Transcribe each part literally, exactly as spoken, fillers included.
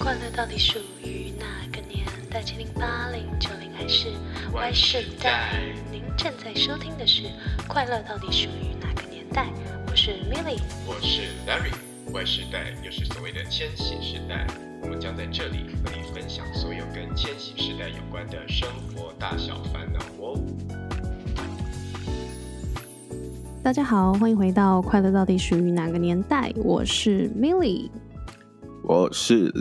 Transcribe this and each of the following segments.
快乐到底属于哪个年代？七零、八零、九零还是 Y 世代？您正在收听的是《快乐到底属于哪个年代》，我是 Millie， 我是 Larry。Y 世代又是所谓的千禧世代，我们将在这里和你分享所有跟千禧世代有关的生活大小烦恼哦。 大家好，欢迎回到《快乐到底属于哪个年代》，我是 Millie， 我是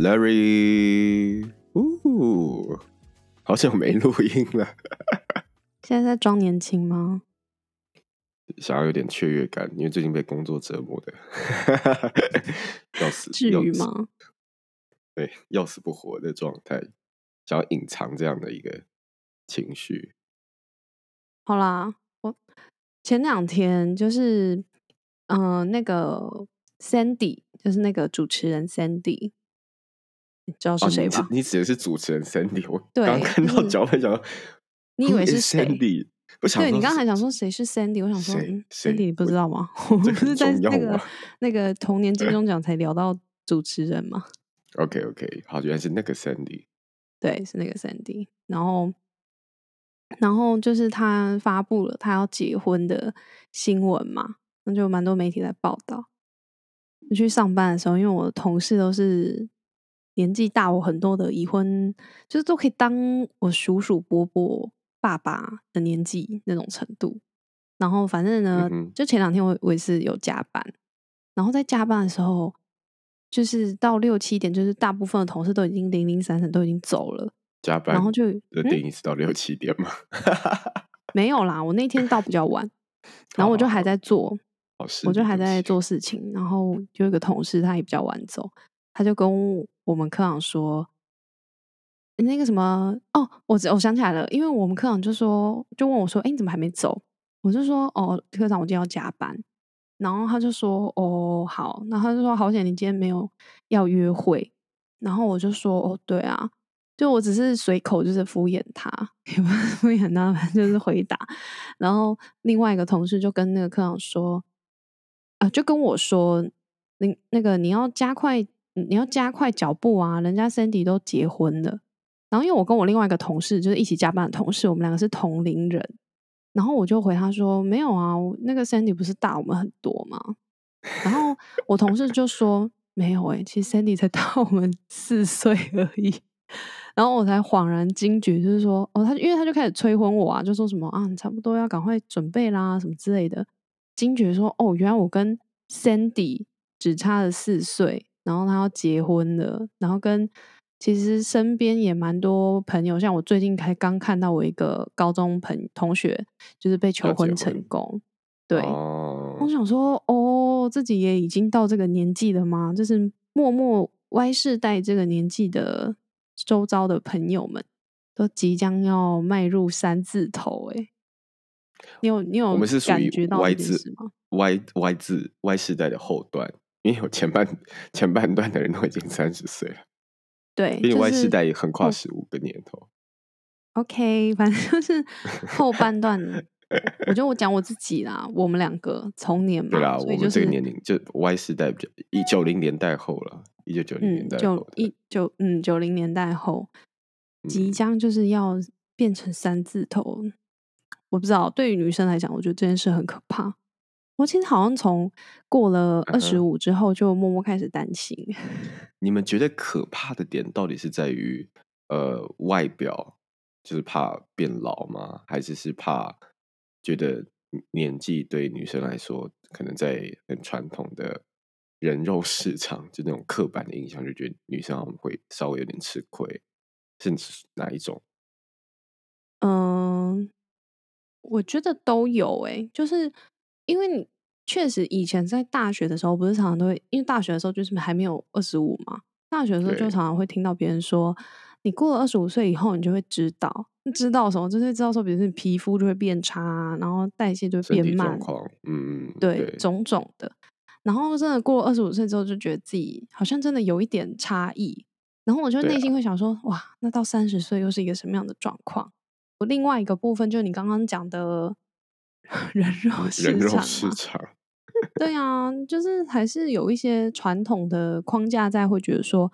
Larry。呜，好久没录音了。 现在在装年轻吗？ 想要有点雀跃感，因为最近被工作折磨的要死， 至于吗？ 对，要死不活的状态，想要隐藏这样的一个情绪。 好啦，我前两天就是嗯、呃，那个 Sandy， 就是那个主持人 Sandy， 你知道是谁吧？ 哦、你, 你指的是主持人 Sandy， 我对， 刚看到脚本想说， 你以为是谁 Sandy？ 我想对，你刚才想说谁是 Sandy， 我想说嗯 Sandy 你不知道吗？我们不是在那个那个童年金钟奖才聊到主持人吗？ OK OK， 好，原来是那个 Sandy。 对，是那个 Sandy。 然后然后就是他发布了他要结婚的新闻嘛，那就蛮多媒体在报道。我去上班的时候，因为我的同事都是年纪大我很多的已婚，就是都可以当我叔叔伯伯爸爸的年纪那种程度。然后反正呢、嗯、就前两天我我也是有加班，然后在加班的时候就是到六七点，就是大部分的同事都已经零零散散都已经走了。 加班然后就的定义是到六七点吗？ 没有啦，我那天到比较晚，然后我就还在做， 好好好， 我就还在做事情。然后就有一个同事他也比较晚走，他就跟我们科长说那个什么哦，我我想起来了，因为我们科长就说就问我说，哎，你怎么还没走？我就说哦，科长我今天要加班。然后他就说哦好，然后他就说好险你今天没有要约会。然后我就说哦对啊，就我只是随口就是敷衍他，也不是敷衍他，反正就是回答。然后另外一个同事就跟那个科长说啊，就跟我说你那个你要加快你要加快脚步啊，人家 Sandy 都结婚了。然后因为我跟我另外一个同事就是一起加班的同事，我们两个是同龄人。然后我就回他说没有啊，那个 Sandy 不是大我们很多吗？然后我同事就说没有欸，其实 Sandy 才大我们四岁而已。然后我才恍然惊觉，就是说哦，他因为他就开始催婚我啊，就说什么啊，你差不多要赶快准备啦，什么之类的。惊觉说哦，原来我跟 Sandy 只差了四岁，然后他要结婚了，然后跟其实身边也蛮多朋友，像我最近才刚看到我一个高中朋同学，就是被求婚成功。对、哦，我想说哦，自己也已经到这个年纪了吗？就是默默 Y 世代这个年纪的周遭的朋友们，都即将要迈入三字头哎。你有你有我们是属于 Y 字 Y Y 字 Y 世代的后段，因为有前半前半段的人都已经三十岁了。 对， 因为 Y 世代也横跨十五个年头。 OK， 反正就是后半段。我觉得我讲我自己啦，我们两个同年嘛， 对啦， 所以、就是、 我们这个年龄就 Y 世代比较一九零年代后了，一九九零年代后的， 一九嗯九零年代后，即将就是要变成三字头。嗯、我不知道，对于女生来讲，我觉得这件事很可怕。我其实好像从过了二十五之后，就默默开始担心。 你们觉得可怕的点到底是在于呃外表，就是怕变老吗？还是是怕觉得年纪对女生来说，可能在很传统的人肉市场，就那种刻板的印象，就觉得女生好像会稍微有点吃亏，是哪一种？ 嗯，我觉得都有诶、欸，就是因为你确实以前在大学的时候，不是常常都会，因为大学的时候就是还没有二十五嘛，大学的时候就常常会听到别人说，你过了二十五岁以后，你就会知道，知道什么，就是知道说，比如说你皮肤就会变差，然后代谢就会变慢， 嗯， 对， 对， 种种的。然后真的过了二十五岁之后，就觉得自己好像真的有一点差异。然后我就内心会想说，啊、哇，那到三十岁又是一个什么样的状况？我另外一个部分就是你刚刚讲的人肉市场、啊， 人肉市场， 对啊，就是还是有一些传统的框架在，会觉得说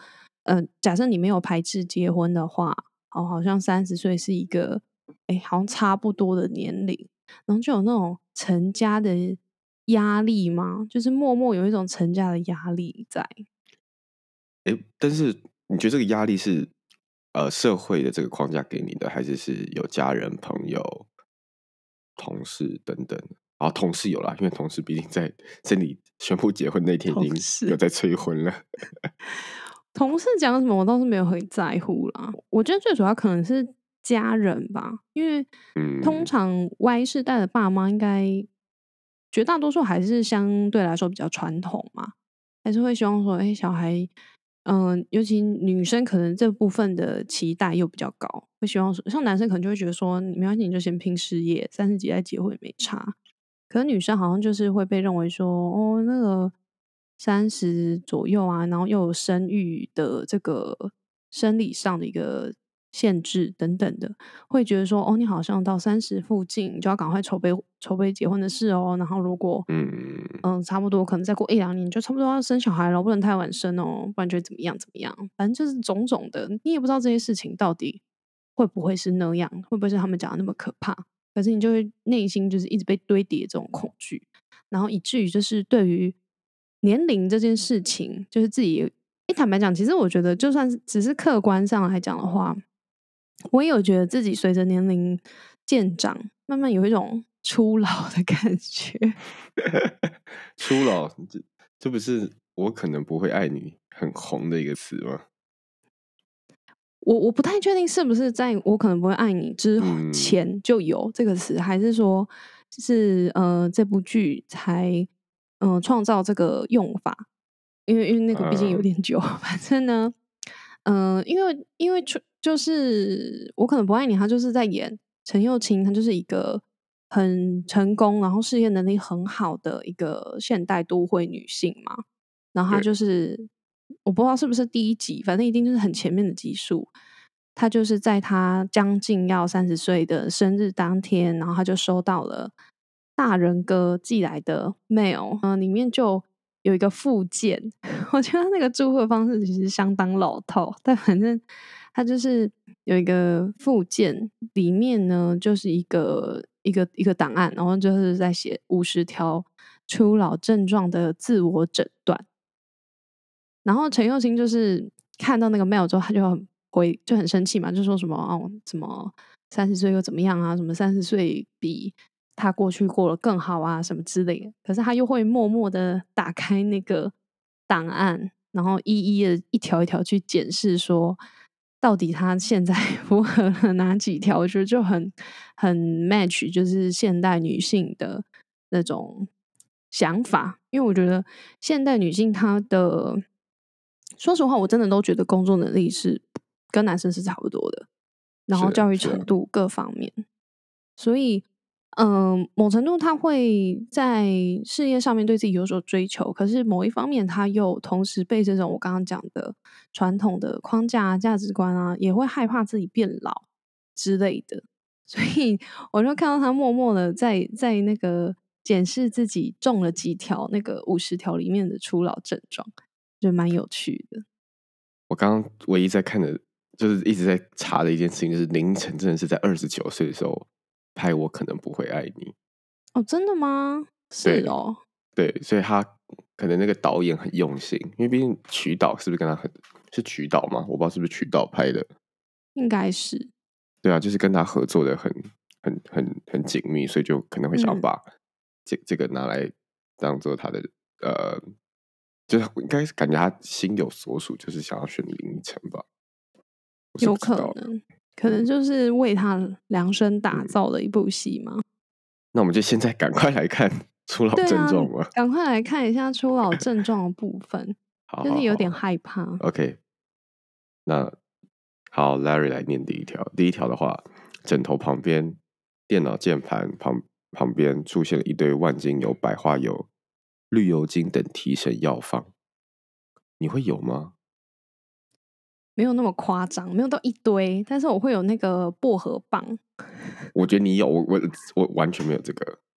呃，假设你没有排斥结婚的话，哦，好像三十岁是一个，哎，好像差不多的年龄，然后就有那种成家的压力吗？就是默默有一种成家的压力在。 哎，但是你觉得这个压力是呃社会的这个框架给你的，还是是有家人、朋友、同事等等？啊，同事有啦，因为同事毕竟在在你宣布结婚那天已经同事有在催婚了。 同事讲什么我倒是没有很在乎啦，我觉得最主要可能是家人吧，因为通嗯常 Y 世代的爸妈应该绝大多数还是相对来说比较传统嘛，还是会希望说，哎、小孩，嗯、尤其女生可能这部分的期待又比较高，会希望说，像男生可能就会觉得说，没关系，你就先拼事业，三十几再结婚也没差。可是女生好像就是会被认为说，哦，那个三十左右啊，然后又有生育的这个生理上的一个限制等等的，会觉得说，哦，你好像到三十附近，你就要赶快筹备筹备结婚的事哦。然后如果嗯， 嗯，差不多可能再过一两年，你就差不多要生小孩了，不能太晚生哦，不然就会怎么样怎么样。反正就是种种的，你也不知道这些事情到底会不会是那样，会不会是他们讲的那么可怕。可是你就会内心就是一直被堆叠这种恐惧，然后以至于就是对于年龄这件事情，就是自己也诶坦白讲，其实我觉得就算是只是客观上来讲的话，我也有觉得自己随着年龄渐长，慢慢有一种初老的感觉。 初老，这这不是我可能不会爱你很红的一个词吗？ 我我不太确定是不是在我可能不会爱你之嗯， 前就有这个词，还是说是呃这部剧才嗯、呃创造这个用法？因为因为那个毕竟有呃， 点久，反正呢，嗯、因为因为就就是我可能不爱你，他就是在演陈幼卿，她就是一个很成功，然后事业能力很好的一个现代都会女性嘛。然后他对， 就是我不知道是不是第一集，反正一定就是很前面的集数。他就是在他将近要三十岁的生日当天，然后他就收到了大人哥寄来的 mail，嗯、里面就有一个附件。我觉得那个祝贺方式其实相当老套，但反正他就是有一个附件，里面呢就是一个一个一个档案，然后就是在写五十条初老症状的自我诊断。然后陈佑兴就是看到那个 mail 之后，他就很回就很生气嘛，就说什么哦，什么三十岁又怎么样啊？什么三十岁比他过去过得更好啊？什么之类的。可是他又会默默的打开那个档案，然后一一的一条一条去检视说，到底他现在符合了哪几条？我觉得就很很 match，就是现代女性的那种想法。因为我觉得现代女性她的说实话，我真的都觉得工作能力是跟男生是差不多的，然后是啊， 教育是啊， 程度各方面，所以，嗯、某程度他会在事业上面对自己有所追求，可是某一方面他又同时被这种我刚刚讲的传统的框架啊、价值观啊，也会害怕自己变老之类的。所以我就看到他默默的在在那个检视自己中了几条那个五十条里面的初老症状，觉得蛮有趣的。 我刚刚唯一在看的，就是一直在查的一件事情，就是凌晨真的是在二十九岁的时候拍《我可能不会爱你》。 哦，真的吗？是对哦， 对，所以他可能那个导演很用心，因为毕竟曲导是不是跟他很是曲导吗？我不知道是不是曲导拍的。 应该是， 对啊，就是跟他合作的很很很很紧密，所以就可能会想要嗯， 把这这个拿来当做他的呃，就是应该是感觉他心有所属，就是想要选林依晨吧，我是不有知道的。 可能，可能嗯就是为他量身打嗯， 造的一部戏嘛。 那我们就现在赶快来看初老对啊， 症状吧。 赶快来看一下初老症状的部分， 好就是有点好好害怕。 ，OK，那好，Larry 来念第一条。第一条的话，枕头旁边、电脑键盘旁旁边出现了一堆万金油、百花油、绿油精等提神药方，你会有吗？ 没有那么夸张，没有到一堆，但是我会有那个薄荷棒。 我觉得你有，我我我完全没有这个。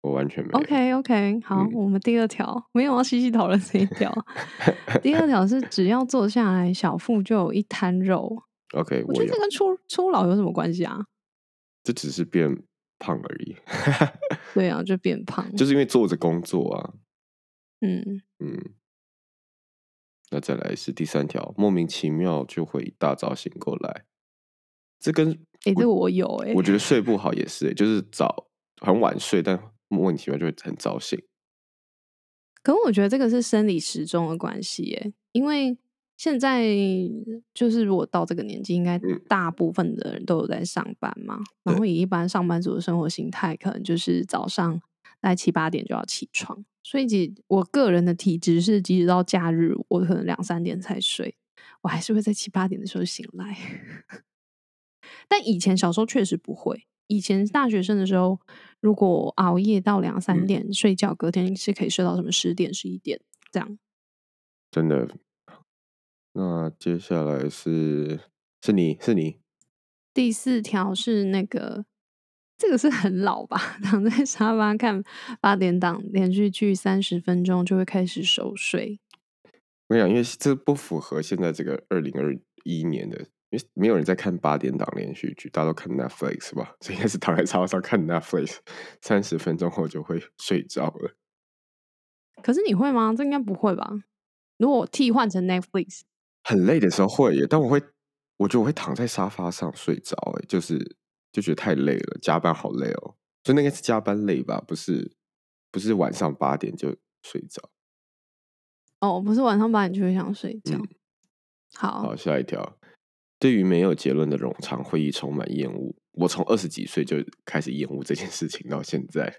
我完全没有。 OK OK，好， 嗯我们第二条没有要细细讨论这一条。第二条是只要坐下来，小腹就有一滩肉。 OK， 我觉我有， 得这跟初初老有什么关系啊？ 这只是变胖而已， 对啊，就变胖。 就是因为做着工作啊。 嗯， 嗯，那再来是第三条，莫名其妙就会一大早醒过来。这跟诶，这我个我有诶。 我觉得睡不好也是、欸，就是早很晚睡，但莫名其妙就会很早醒。 可我觉得这个是生理时钟的关系耶，因为现在就是如果到这个年纪，应该嗯， 大部分的人都有在上班嘛，然对， 后以一般上班族的生活形态，可能就是早上大概七八点就要起床，所以其实我个人的体质是，即使到假日，我可能两三点才睡，我还是会在七八点的时候醒来。但以前小时候确实不会，以前大学生的时候，如果熬夜到两三嗯， 点睡觉，隔天是可以睡到什么十点、十一点这样。 真的。那接下来是是你是你第四条是那个，这个是很老吧，躺在沙发看八点档连续剧三十分钟就会开始熟睡。 我跟你讲，因为这不符合现在这个二零二一年的，因为没有人在看八点档连续剧，大家都看 Netflix 吧，所以应该是躺在沙发上看 Netflix，三十分钟后就会睡着了。 可是你会吗？这应该不会吧？如果替换成 Netflix， 很累的时候会耶，但我会，我觉得我会躺在沙发上睡着，哎，就是就觉得太累了，加班好累哦，所以那个是加班累吧，不是不是晚上八点就睡着。 哦，不是晚上八点就会想睡觉。 嗯， 好， 好，下一条，对于没有结论的冗长会议充满厌恶。我从二十几岁就开始厌恶这件事情，到现在。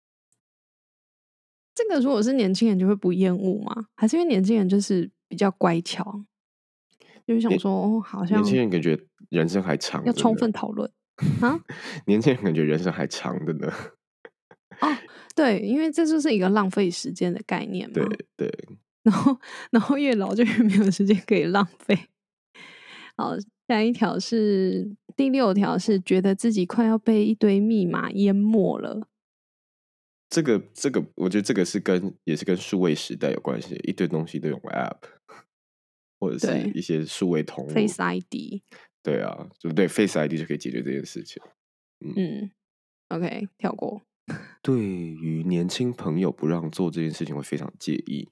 这个如果是年轻人就会不厌恶吗？还是因为年轻人就是比较乖巧，就是想年说，哦，好年轻像人感觉人生还长要充着呢， 分讨论啊？ 年轻人感觉人生还长的呢。 哦，对，因为这就是一个浪费时间的概念对嘛。 对， 然后，然后越老就越没有时间可以浪费。好，下一条是第六条，是觉得自己快要被一堆密码淹没了。 这个这个，我觉得这个是跟也是跟数位时代有关系，一堆东西都用 App 或者是对一些数位通路。 ，Face I D。 对啊，就对 Face I D 就可以解决这件事情。嗯， 嗯，OK，跳过。 对于年轻朋友不让做这件事情会非常介意。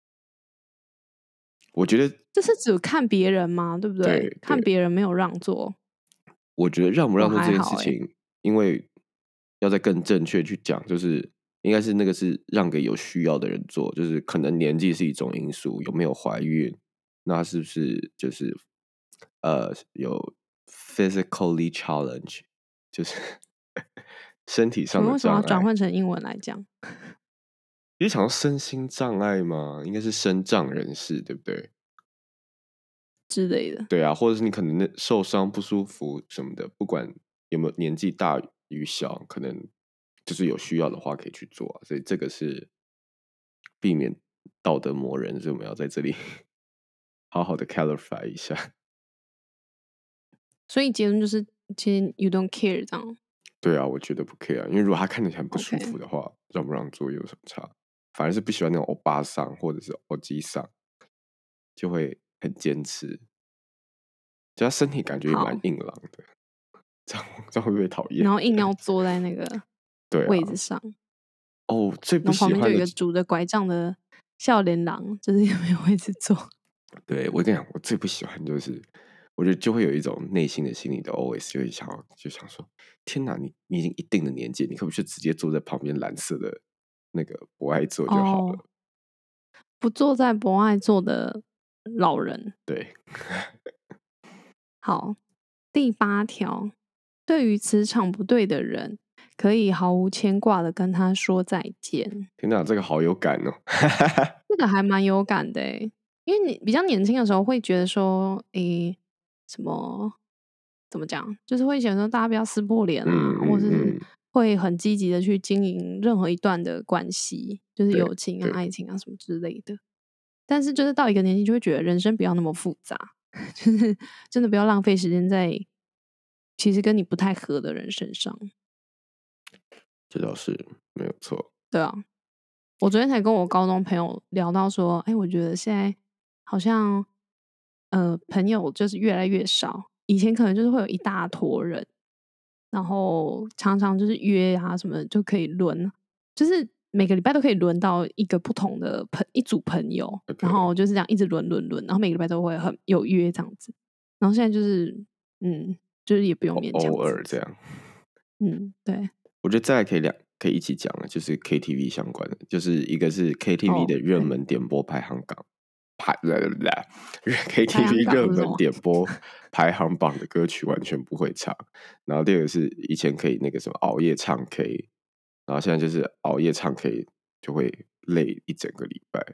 我觉得这是指看别人吗？对不对？ 对对， 看别人没有让座， 我觉得让不我让做这件还好诶。 事情，因为要再更正确去讲，就是应该是那个是让给有需要的人做，就是可能年纪是一种因素，有没有怀孕，那是不是就是呃有 physically challenge，就是身体上的请问为什么要转障碍。 换成英文来讲？ 你想要身心障碍吗？应该是身障人士，对不对？ 之类的？ 对啊，或者是你可能那受伤不舒服什么的，不管有没有年纪大与小，可能就是有需要的话可以去做啊，所以这个是避免道德魔人，所以我们要在这里好好的 clarify 一下。 所以结论就是，其实 you don't care 这样。 对啊，我觉得不 care 啊，因为如果他看起来很不舒 OK， 服的话，让不让座又有什么差？反而是不喜欢那种欧巴桑或者是欧基桑，就会很坚持，就他身体感觉也蛮好， 硬朗的，这样这样会不会讨厌？ 然后硬要坐在那个对啊， 位置上， 哦，最不然后旁边就喜欢的有一个拄着拐杖的笑脸郎，就是也没有位置坐。 对，我跟你讲，我最不喜欢就是，我觉得就会有一种内心的心理的 O S，就会想要就想说，天哪，你你已经一定的年纪，你可不可以就直接坐在旁边蓝色的那个博爱座就好哦， 了？ 不坐在博爱座的老人。 对， 好，第八条，对于磁场不对的人，可以毫无牵挂的跟他说再见。 天哪，这个好有感哦。 这个还蛮有感的诶，因为你比较年轻的时候会觉得说，诶，什么怎么讲，就是会想说大家不要撕破脸啊， 嗯或是嗯嗯， 会很积极的去经营任何一段的关系，就是对友情啊、 对， 爱情啊什么之类的。但是就是到一个年纪，就会觉得人生不要那么复杂，就是真的不要浪费时间在其实跟你不太合的人身上。 这倒是没有错。 对啊，我昨天才跟我高中朋友聊到说，哎，我觉得现在好像呃朋友就是越来越少，以前可能就是会有一大坨人，然后常常就是约啊什么就可以轮，就是每个礼拜都可以轮到一个不同的朋一组朋友，然后就是这样一直轮轮轮，然后每个礼拜都会很有约这样子。然后现在就是嗯，就是也不用勉强偶尔这样。 嗯，对。 我觉得再来可以两可以一起讲了，就是 K T V 相关的，就是一个是 K T V 哦， 的热对门点播排行榜，排排行 K T V 热门榜是什么？ 点播排行榜的歌曲完全不会唱。然后第二个是以前可以那个什么熬夜唱 K， 然后现在就是熬夜唱 K 就会累一整个礼拜。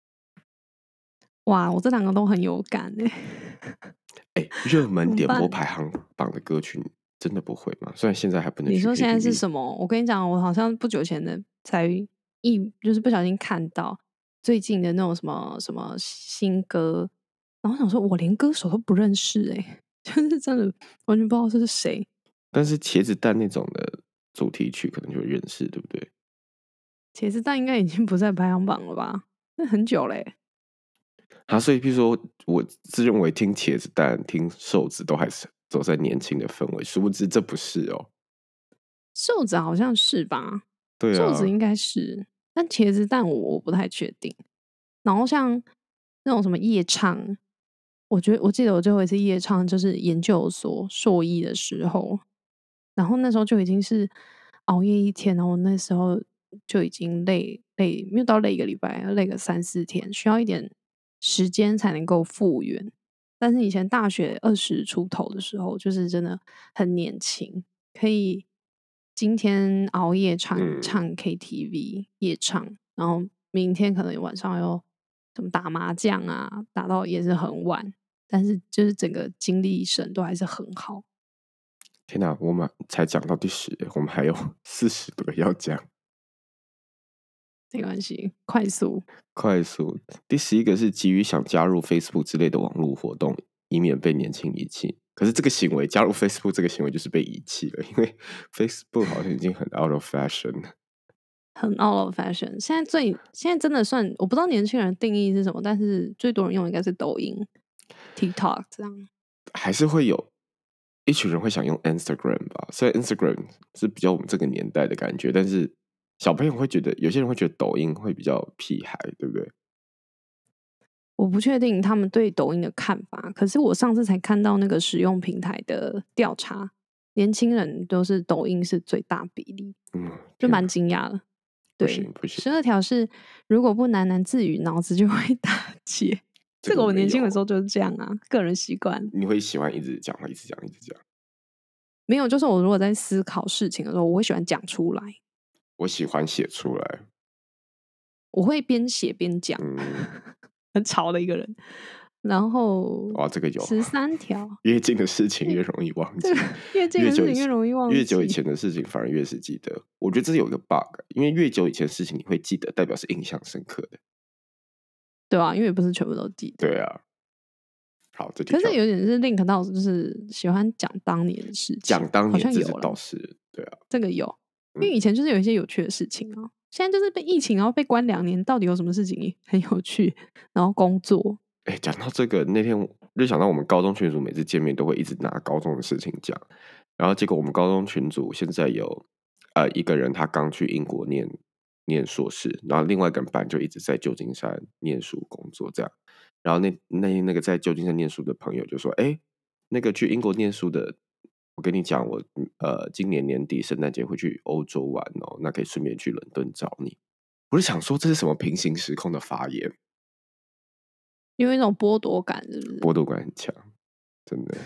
哇，我这两个都很有感哎、 哎，热门点播怎么办？ 排行榜的歌曲你真的不会吗？虽然现在还不能去你说现在是 K T V， 什么？我跟你讲，我好像不久前的才一就是不小心看到最近的那种什么什么新歌，然后想说我连歌手都不认识哎、就是真的完全不知道这是谁。 但是茄子蛋那种的主题曲可能就会认识，对不对？ 茄子蛋应该已经不在排行榜了吧？那很久嘞、欸。 啊，所以比如说，我自认为听茄子蛋、听瘦子都还是走在年轻的氛围，殊不知这不是哦。 瘦子好像是吧？ 对啊， 瘦子应该是，但茄子蛋我我不太确定。然后像那种什么夜唱，我觉得我记得我最后一次夜唱就是研究所硕一的时候，然后那时候就已经是熬夜一天，然后那时候就已经累累，没有到累一个礼拜，累个三四天，需要一点时间才能够复原。但是以前大学二十出头的时候，就是真的很年轻，可以今天熬夜唱嗯， 唱 K T V 夜唱，然后明天可能晚上又什么打麻将啊，打到也是很晚，但是就是整个精力神都还是很好。 天哪，我们才讲到第十，我们还有四十个要讲。 没关系，快速。 快速，第十一个是急于想加入 Facebook 之类的网络活动，以免被年轻遗弃。可是这个行为，加入 Facebook 这个行为就是被遗弃了，因为 Facebook 好像已经很 out of fashion 了。 很 out of fashion。现在最现在真的算，我不知道年轻人的定义是什么，但是最多人用的应该是抖音、TikTok 这样。 还是会有一群人会想用 Instagram 吧，虽然 Instagram 是比较我们这个年代的感觉，但是小朋友会觉得，有些人会觉得抖音会比较屁孩，对不对？ 我不确定他们对抖音的看法，可是我上次才看到那个使用平台的调查，年轻人都是抖音是最大比例， 嗯， 就蛮天哪， 惊讶的。 不对， 行不行， 十二条是如果不喃喃自语，脑子就会打结。 这个没这个我年轻的时有。 候就是这样啊，个人习惯。 你会喜欢一直讲话，一直讲，一直讲。 没有，就是我如果在思考事情的时候，我会喜欢讲出来， 我喜欢写出来， 我会边写边讲， 嗯， 很吵的一个人。然后哇，这个有十三条， 越近的事情越容易忘记这，个越近的事情越越久以前容易忘越久以记。 前的事情反而越是记得。我觉得这是有一个 bug，因为越久以前的事情你会记得，代表是印象深刻的。 对啊，因为不是全部都记得。 对啊，好，这题可是跳有点是 link 到，就是喜欢讲当年的事情， 讲当好年这是像有了， 倒是对啊， 这个有，因为嗯， 以前就是有一些有趣的事情啊，现在就是被疫情，然后被关两年，到底有什么事情很有趣？然后工作， 哎，讲到这个，那天我就想到我们高中群组每次见面都会一直拿高中的事情讲，然后结果我们高中群组现在有呃一个人他刚去英国念念硕士，然后另外一个班就一直在旧金山念书工作这样，然后那那那个在旧金山念书的朋友就说，哎，那个去英国念书的，我跟你讲，我呃今年年底圣诞节会去欧洲玩哦，那可以顺便去伦敦找你。我就想说这是什么平行时空的发言， 有一种剥夺感，是不是？ 剥夺感很强，真的。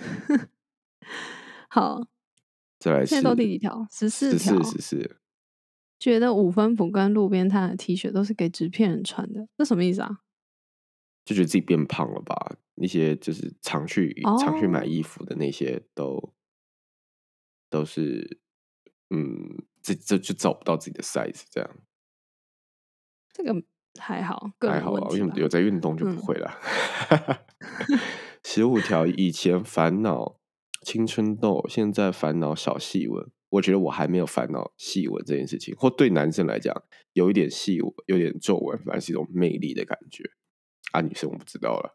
好， 再来现在都第是几条？十四十四条。 十四， 觉得五分埔跟路边摊的 T 恤都是给纸片人穿的，这什么意思啊？ 就觉得自己变胖了吧？那些就是常去常去买哦， 衣服的那些都都是，嗯，这这就找不到自己的 size，这样这个还好，个人还好啊，因为问题吧。 有在运动就不嗯， 会了。十五条，以前烦恼青春痘，现在烦恼小细纹。 我觉得我还没有烦恼细纹这件事情，或对男生来讲，有一点细纹、有点皱纹，反而是一种魅力的感觉。啊，女生我不知道了。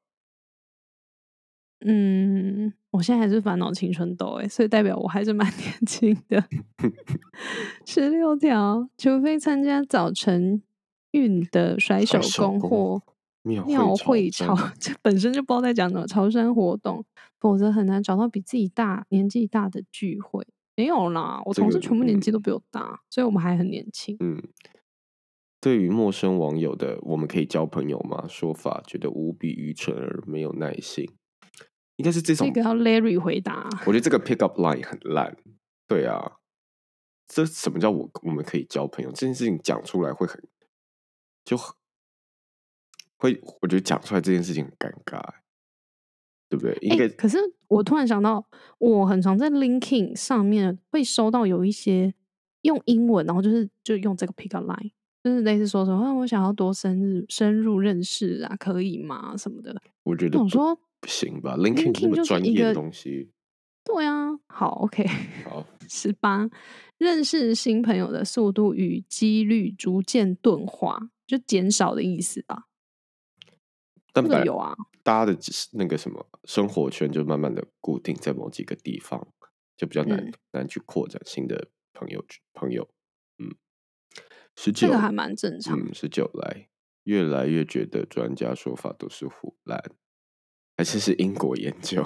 嗯，我现在还是烦恼青春痘哎，所以代表我还是蛮年轻的。十六条，除非参加早晨运的甩甩手手工、 工或庙会庙朝会朝， 山， 这本身就不知道在讲什么朝山活动，否则很难找到比自己大年纪大的聚会。没有啦，我这个同事全部年纪都嗯比我大，所以我们还很年轻。 嗯，对于陌生网友的“我们可以交朋友吗”说法，觉得无比愚蠢而没有耐性。应该是这种， 这个要 Larry 回答。 我觉得这个 pick up line 很烂。对啊，这什么叫我我们可以交朋友？这件事情讲出来会很就很会，我觉得讲出来这件事情很尴尬，对不对？应哎、 该可是我突然想到，我很常在 LinkedIn 上面会收到有一些用英文，然后就是就用这个 pick up line，就是类似说什么，啊我想要多深入深入认识啊，可以吗？什么的。 我觉得不我想说不行吧？LinkedIn 那 ，LinkedIn 么就是专业的一个， 东西， 对啊，好，OK， 好， 十八，认识新朋友的速度与几率逐渐钝化，就减少的意思吧？ 但本来这个有啊， 大家的那个什么生活圈就慢慢的固定在某几个地方，就比较难嗯， 难去扩展新的朋友朋友。嗯，十九， 这个还蛮正常。 嗯，十九来，越来越觉得专家说法都是胡乱，还是是英国研究？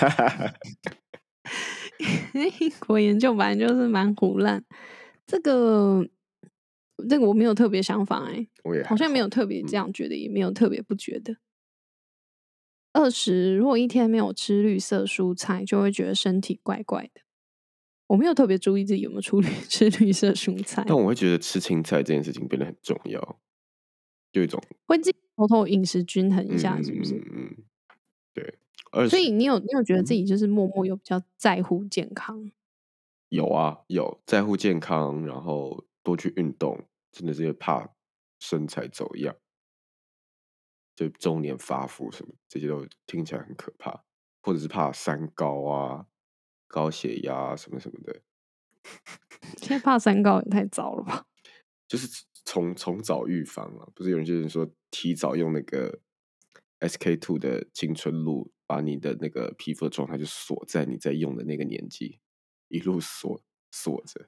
英国研究本来就是蛮胡乱，这个这个我没有特别想法哎、 我也还好像没有好， 特别这嗯， 样觉得，也没有特别不觉得。二十，如果一天没有吃绿色蔬菜，就会觉得身体怪怪的。我没有特别注意自己有没有出绿吃绿色蔬菜， 但我会觉得吃青菜这件事情变得很重要，就一种， 会自己偷偷饮食均衡一嗯下，是不是？ 嗯嗯嗯，对，二十， 所以你有你有觉得自嗯。 己就是默默有比较在乎健康？ 有啊，有在乎健康，然后多去运动，真的是怕身材走样，就中年发福什么，这些都听起来很可怕，或者是怕三高啊、高血压啊什么什么的， 现在怕三高也太早了吧？ 就是从从早预防啊。不是有人就是说提早用那个 S K two 的青春露，把你的那个皮肤的状态就锁在你在用的那个年纪，一路锁锁着。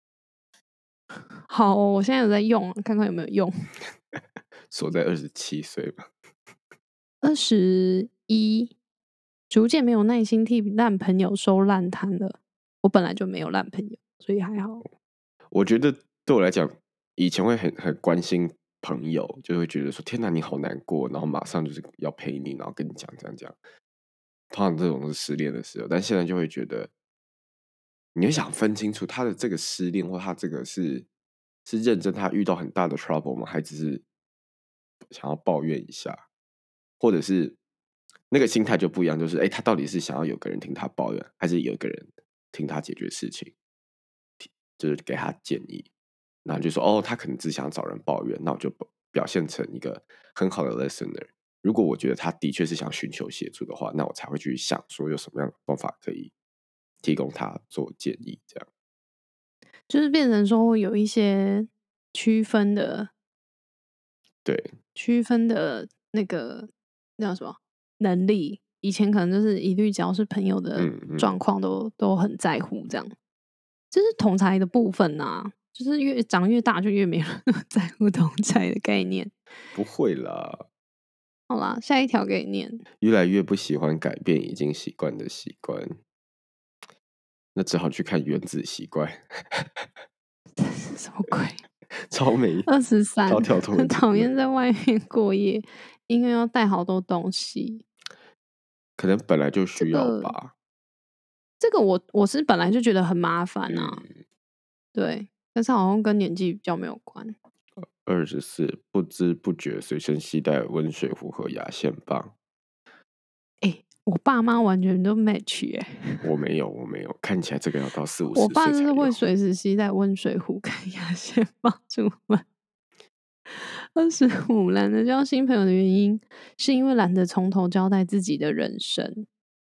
好哦，我现在有在用，看看有没有用。 锁在二十七岁吧。 二十一，逐渐没有耐心替烂朋友收烂摊了。我本来就没有烂朋友，所以还好。 我觉得对我来讲，以前会很很关心朋友，就会觉得说：“天哪，你好难过。”然后马上就是要陪你，然后跟你讲讲讲。通常这种是失恋的时候，但现在就会觉得，你会想分清楚他的这个失恋，或他这个是是认真，他遇到很大的 trouble 吗？还只是想要抱怨一下，或者是那个心态就不一样，就是哎，诶他到底是想要有个人听他抱怨，还是有一个人听他解决事情？就是给他建议，然后就说哦，他可能只想找人抱怨，那我就表现成一个很好的 listener。如果我觉得他的确是想寻求协助的话，那我才会去想说有什么样的方法可以提供他做建议，这样。 就是变成说会有一些区分的、 对， 区分的那个那叫什么能力。以前可能就是一律只要是朋友的嗯嗯， 状况都都很在乎，这样。这是同才的部分呐、就是越长越大就越没人在乎同才的概念。 不会啦， 好啦，下一条给你念。 越来越不喜欢改变已经习惯的习惯，那只好去看《原子习惯》， 什么鬼？ 超美， 二十三， 超跳脱的很讨结论。 厌在外面过夜，因为要带好多东西。 可能本来就需要这个吧。 这个我我是本来就觉得很麻烦啊， 嗯， 对，但是好像跟年纪比较没有关。 二十四，不知不觉随身携带温水壶和牙线棒。 哎、我爸妈完全都 match 哎、 我没有，我没有，看起来这个要到四五我十岁才有。 爸就是会随时携带温水壶跟牙线棒出门。二十五，懒得交新朋友的原因，是因为懒得从头交代自己的人生。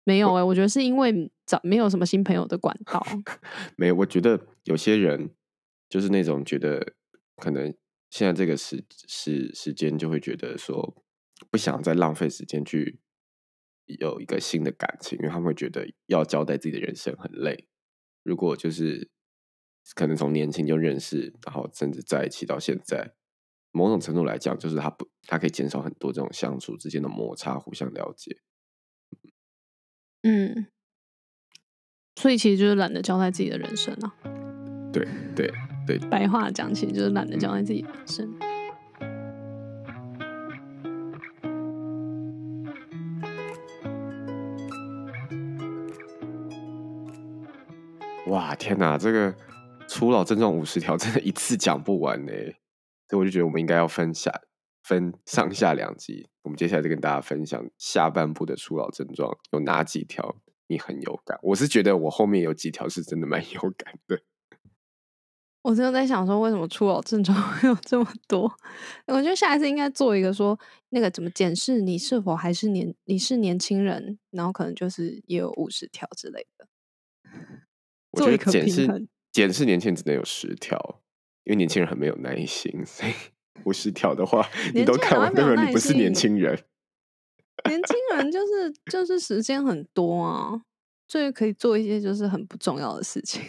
没有哎、欸，我觉得是因为找没有什么新朋友的管道。 没有，我觉得有些人就是那种觉得可能现在这个时时时间就会觉得说不想再浪费时间去有一个新的感情，因为他们会觉得要交代自己的人生很累。如果就是可能从年轻就认识，然后甚至在一起到现在，某种程度来讲，就是他不，他可以减少很多这种相处之间的摩擦，互相了解。 嗯，所以其实就是懒得交代自己的人生啊。 对对对， 白话讲，其实就是懒得交代自己的人生。 哇，天哪，这个初老症状五十条真的一次讲不完呢，所以我就觉得我们应该要分下分上下两集。我们接下来就跟大家分享下半部的初老症状有哪几条你很有感。我是觉得我后面有几条是真的蛮有感的。 我真的在想说，为什么初老症状会有这么多？我觉得下一次应该做一个说，那个怎么检视你是否还是年你是年轻人，然后可能就是也有五十条之类的。 我觉得检视检视年轻人只能有十条，因为年轻人很没有耐心，所以五十条的话，你都看完，代表你不是年轻人。 年轻人就是就是时间很多啊，所以可以做一些就是很不重要的事情。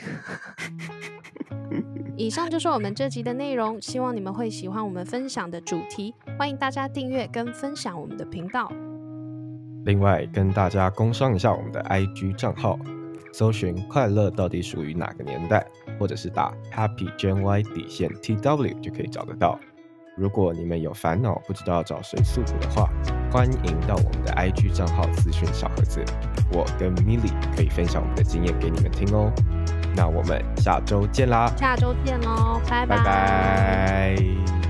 以上就是我们这集的内容，希望你们会喜欢我们分享的主题，欢迎大家订阅跟分享我们的频道。 另外跟大家工商一下我们的 I G 账号，搜寻快乐到底属于哪个年代，或者是打 Happy Gen Y 底线 T W 就可以找得到。如果你们有烦恼不知道找谁诉苦的话，欢迎到我们的 I G 账号私讯小盒子，我跟 Millie 可以分享我们的经验给你们听哦。那我们下周见啦！ 下周见喽，拜拜拜。